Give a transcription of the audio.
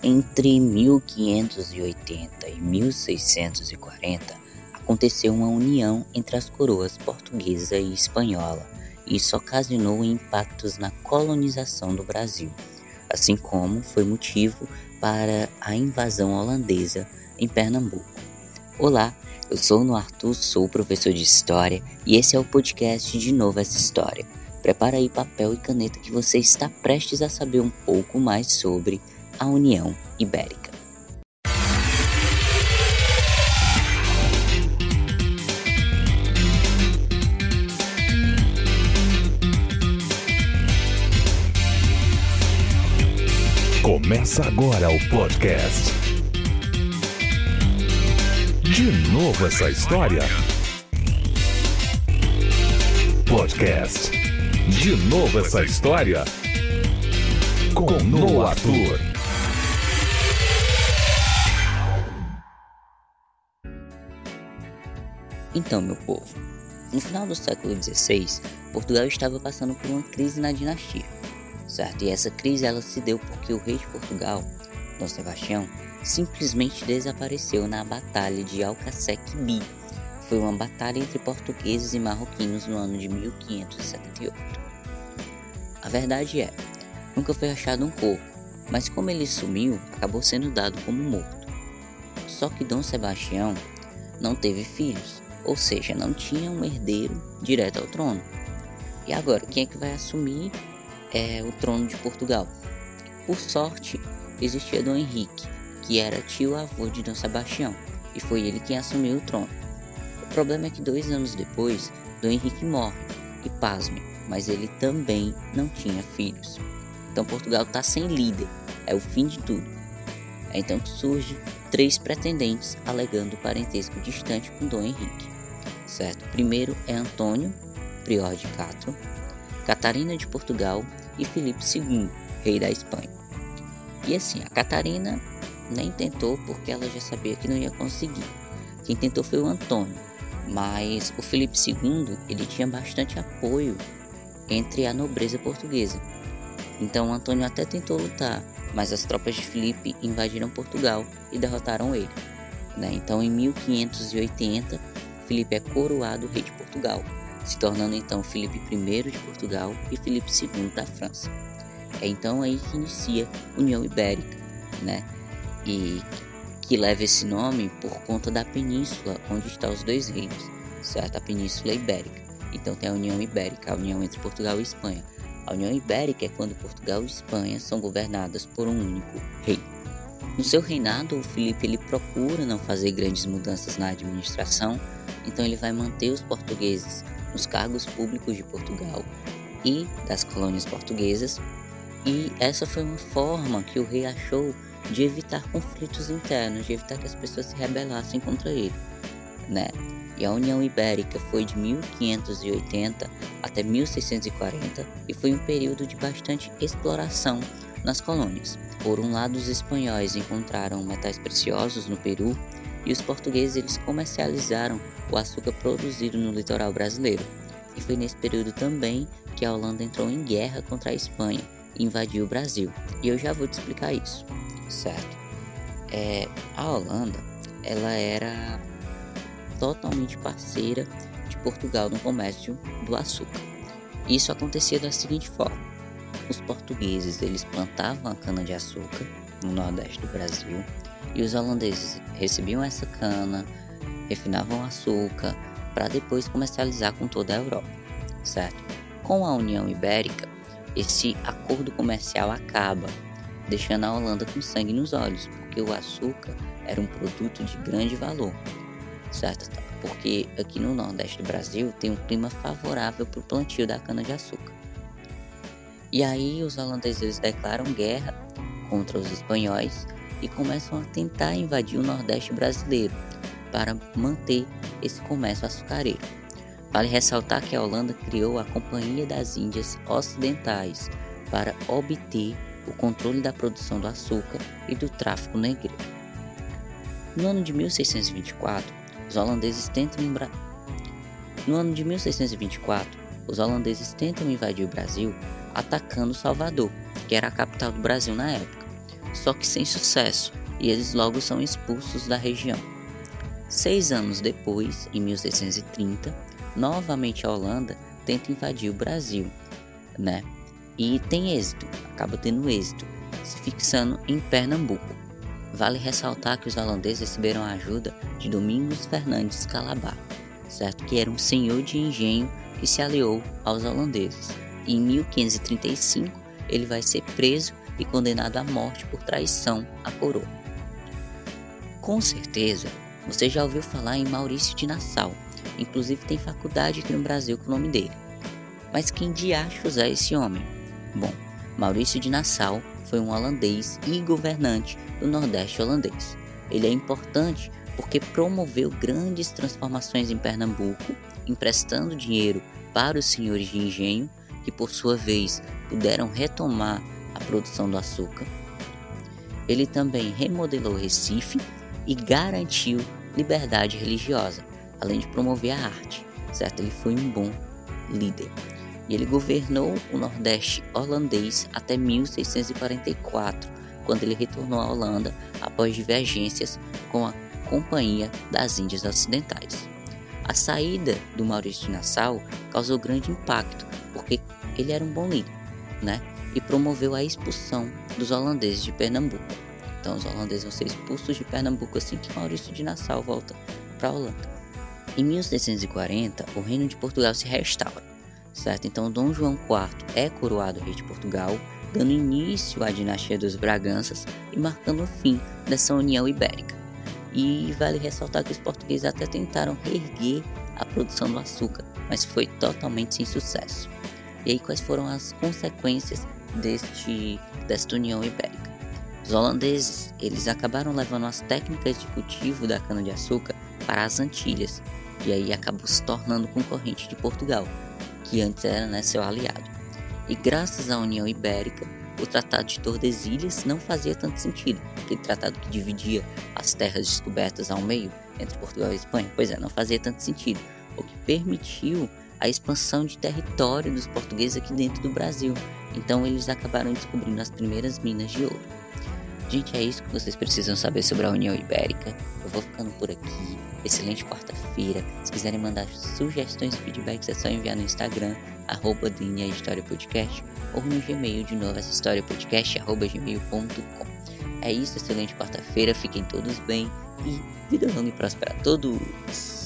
Entre 1580 e 1640, aconteceu uma união entre as coroas portuguesa e espanhola, e isso ocasionou impactos na colonização do Brasil, assim como foi motivo para a invasão holandesa em Pernambuco. Olá, eu sou o Arthur, sou professor de História e esse é o podcast De Novo Essa História. Prepara aí papel e caneta que você está prestes a saber um pouco mais sobre a União Ibérica. Começa agora o podcast. De novo essa história? Podcast. De novo essa história? Com Noah Arthur. Então, meu povo, no final do século XVI, Portugal estava passando por uma crise na dinastia, certo? E essa crise ela se deu porque o rei de Portugal, Dom Sebastião, simplesmente desapareceu na Batalha de Alcaçer-Quibir. Foi uma batalha entre portugueses e marroquinos no ano de 1578. A verdade é, nunca foi achado um corpo, mas como ele sumiu, acabou sendo dado como morto. Só que Dom Sebastião não teve filhos, ou seja, não tinha um herdeiro direto ao trono. E agora, quem é que vai assumir o trono de Portugal? Por sorte, existia Dom Henrique, que era tio-avô de Dom Sebastião, e foi ele quem assumiu o trono. O problema é que 2 anos depois, Dom Henrique morre, e pasme, mas ele também não tinha filhos. Então Portugal está sem líder, é o fim de tudo. É então que surge 3 pretendentes alegando parentesco distante com Dom Henrique. Certo? Primeiro é Antônio, prior de Castro, Catarina de Portugal e Filipe II, rei da Espanha. E assim, a Catarina nem tentou porque ela já sabia que não ia conseguir. Quem tentou foi o Antônio, mas o Filipe II ele tinha bastante apoio entre a nobreza portuguesa. Então o Antônio até tentou lutar, mas as tropas de Filipe invadiram Portugal e derrotaram ele. Então em 1580, Filipe é coroado rei de Portugal, se tornando então Filipe I de Portugal e Filipe II da França. É então aí que inicia a União Ibérica, e que leva esse nome por conta da península onde estão os 2 reinos, certo? A Península Ibérica. Então tem a União Ibérica, a união entre Portugal e Espanha. A União Ibérica é quando Portugal e Espanha são governadas por um único rei. No seu reinado, o Filipe ele procura não fazer grandes mudanças na administração, então ele vai manter os portugueses nos cargos públicos de Portugal e das colônias portuguesas, e essa foi uma forma que o rei achou de evitar conflitos internos, de evitar que as pessoas se rebelassem contra ele, E a União Ibérica foi de 1580 até 1640 e foi um período de bastante exploração nas colônias. Por um lado, os espanhóis encontraram metais preciosos no Peru e os portugueses eles comercializaram o açúcar produzido no litoral brasileiro. E foi nesse período também que a Holanda entrou em guerra contra a Espanha e invadiu o Brasil. E eu já vou te explicar isso, certo? A Holanda, ela era totalmente parceira de Portugal no comércio do açúcar. Isso acontecia da seguinte forma: os portugueses eles plantavam a cana de açúcar no nordeste do Brasil e os holandeses recebiam essa cana, refinavam o açúcar para depois comercializar com toda a Europa, certo? Com a União Ibérica, esse acordo comercial acaba, deixando a Holanda com sangue nos olhos, porque o açúcar era um produto de grande valor, certo? Porque aqui no nordeste do Brasil tem um clima favorável para o plantio da cana-de-açúcar. E aí os holandeses declaram guerra contra os espanhóis e começam a tentar invadir o nordeste brasileiro para manter esse comércio açucareiro. Vale ressaltar que a Holanda criou a Companhia das Índias Ocidentais para obter o controle da produção do açúcar e do tráfico negreiro. No ano de 1624, os holandeses tentam invadir o Brasil atacando Salvador, que era a capital do Brasil na época. só que sem sucesso, e eles logo são expulsos da região. 6 anos depois, em 1630, novamente a Holanda tenta invadir o Brasil, né? E tem êxito, acaba tendo êxito, se fixando em Pernambuco. Vale ressaltar que os holandeses receberam a ajuda de Domingos Fernandes Calabar, certo? Que era um senhor de engenho que se aliou aos holandeses. E em 1535 ele vai ser preso e condenado à morte por traição à coroa. Com certeza, você já ouviu falar em Maurício de Nassau, inclusive tem faculdade aqui no Brasil com o nome dele. Mas quem diachos é esse homem? Bom, Maurício de Nassau foi um holandês e governante do Nordeste holandês. Ele é importante porque promoveu grandes transformações em Pernambuco, emprestando dinheiro para os senhores de engenho, que por sua vez puderam retomar a produção do açúcar. Ele também remodelou Recife e garantiu liberdade religiosa, além de promover a arte, certo? Ele foi um bom líder. E ele governou o Nordeste holandês até 1644, quando ele retornou à Holanda após divergências com a Companhia das Índias Ocidentais. A saída do Maurício de Nassau causou grande impacto, porque ele era um bom líder, né? E promoveu a expulsão dos holandeses de Pernambuco. Então os holandeses vão ser expulsos de Pernambuco assim que Maurício de Nassau volta para a Holanda. Em 1640, o Reino de Portugal se restaura, certo? Então Dom João IV é coroado rei de Portugal, dando início à dinastia dos Braganças e marcando o fim dessa União Ibérica. E vale ressaltar que os portugueses até tentaram reerguer a produção do açúcar, mas foi totalmente sem sucesso. E aí quais foram as consequências desta União Ibérica? Os holandeses, eles acabaram levando as técnicas de cultivo da cana-de-açúcar para as Antilhas, e aí acabou se tornando concorrente de Portugal, que antes era, né, seu aliado. E graças à União Ibérica, o Tratado de Tordesilhas não fazia tanto sentido, aquele tratado que dividia as terras descobertas ao meio entre Portugal e Espanha, pois é, não fazia tanto sentido, o que permitiu a expansão de território dos portugueses aqui dentro do Brasil. Então eles acabaram descobrindo as primeiras minas de ouro. Gente, é isso que vocês precisam saber sobre a União Ibérica. Eu vou ficando por aqui. Excelente quarta-feira. Se quiserem mandar sugestões e feedbacks, é só enviar no Instagram, @DNAHistoriaPodcast, ou no Gmail, de novo, históriapodcast@gmail.com. É isso, excelente quarta-feira. Fiquem todos bem e vida longa e próspera a todos.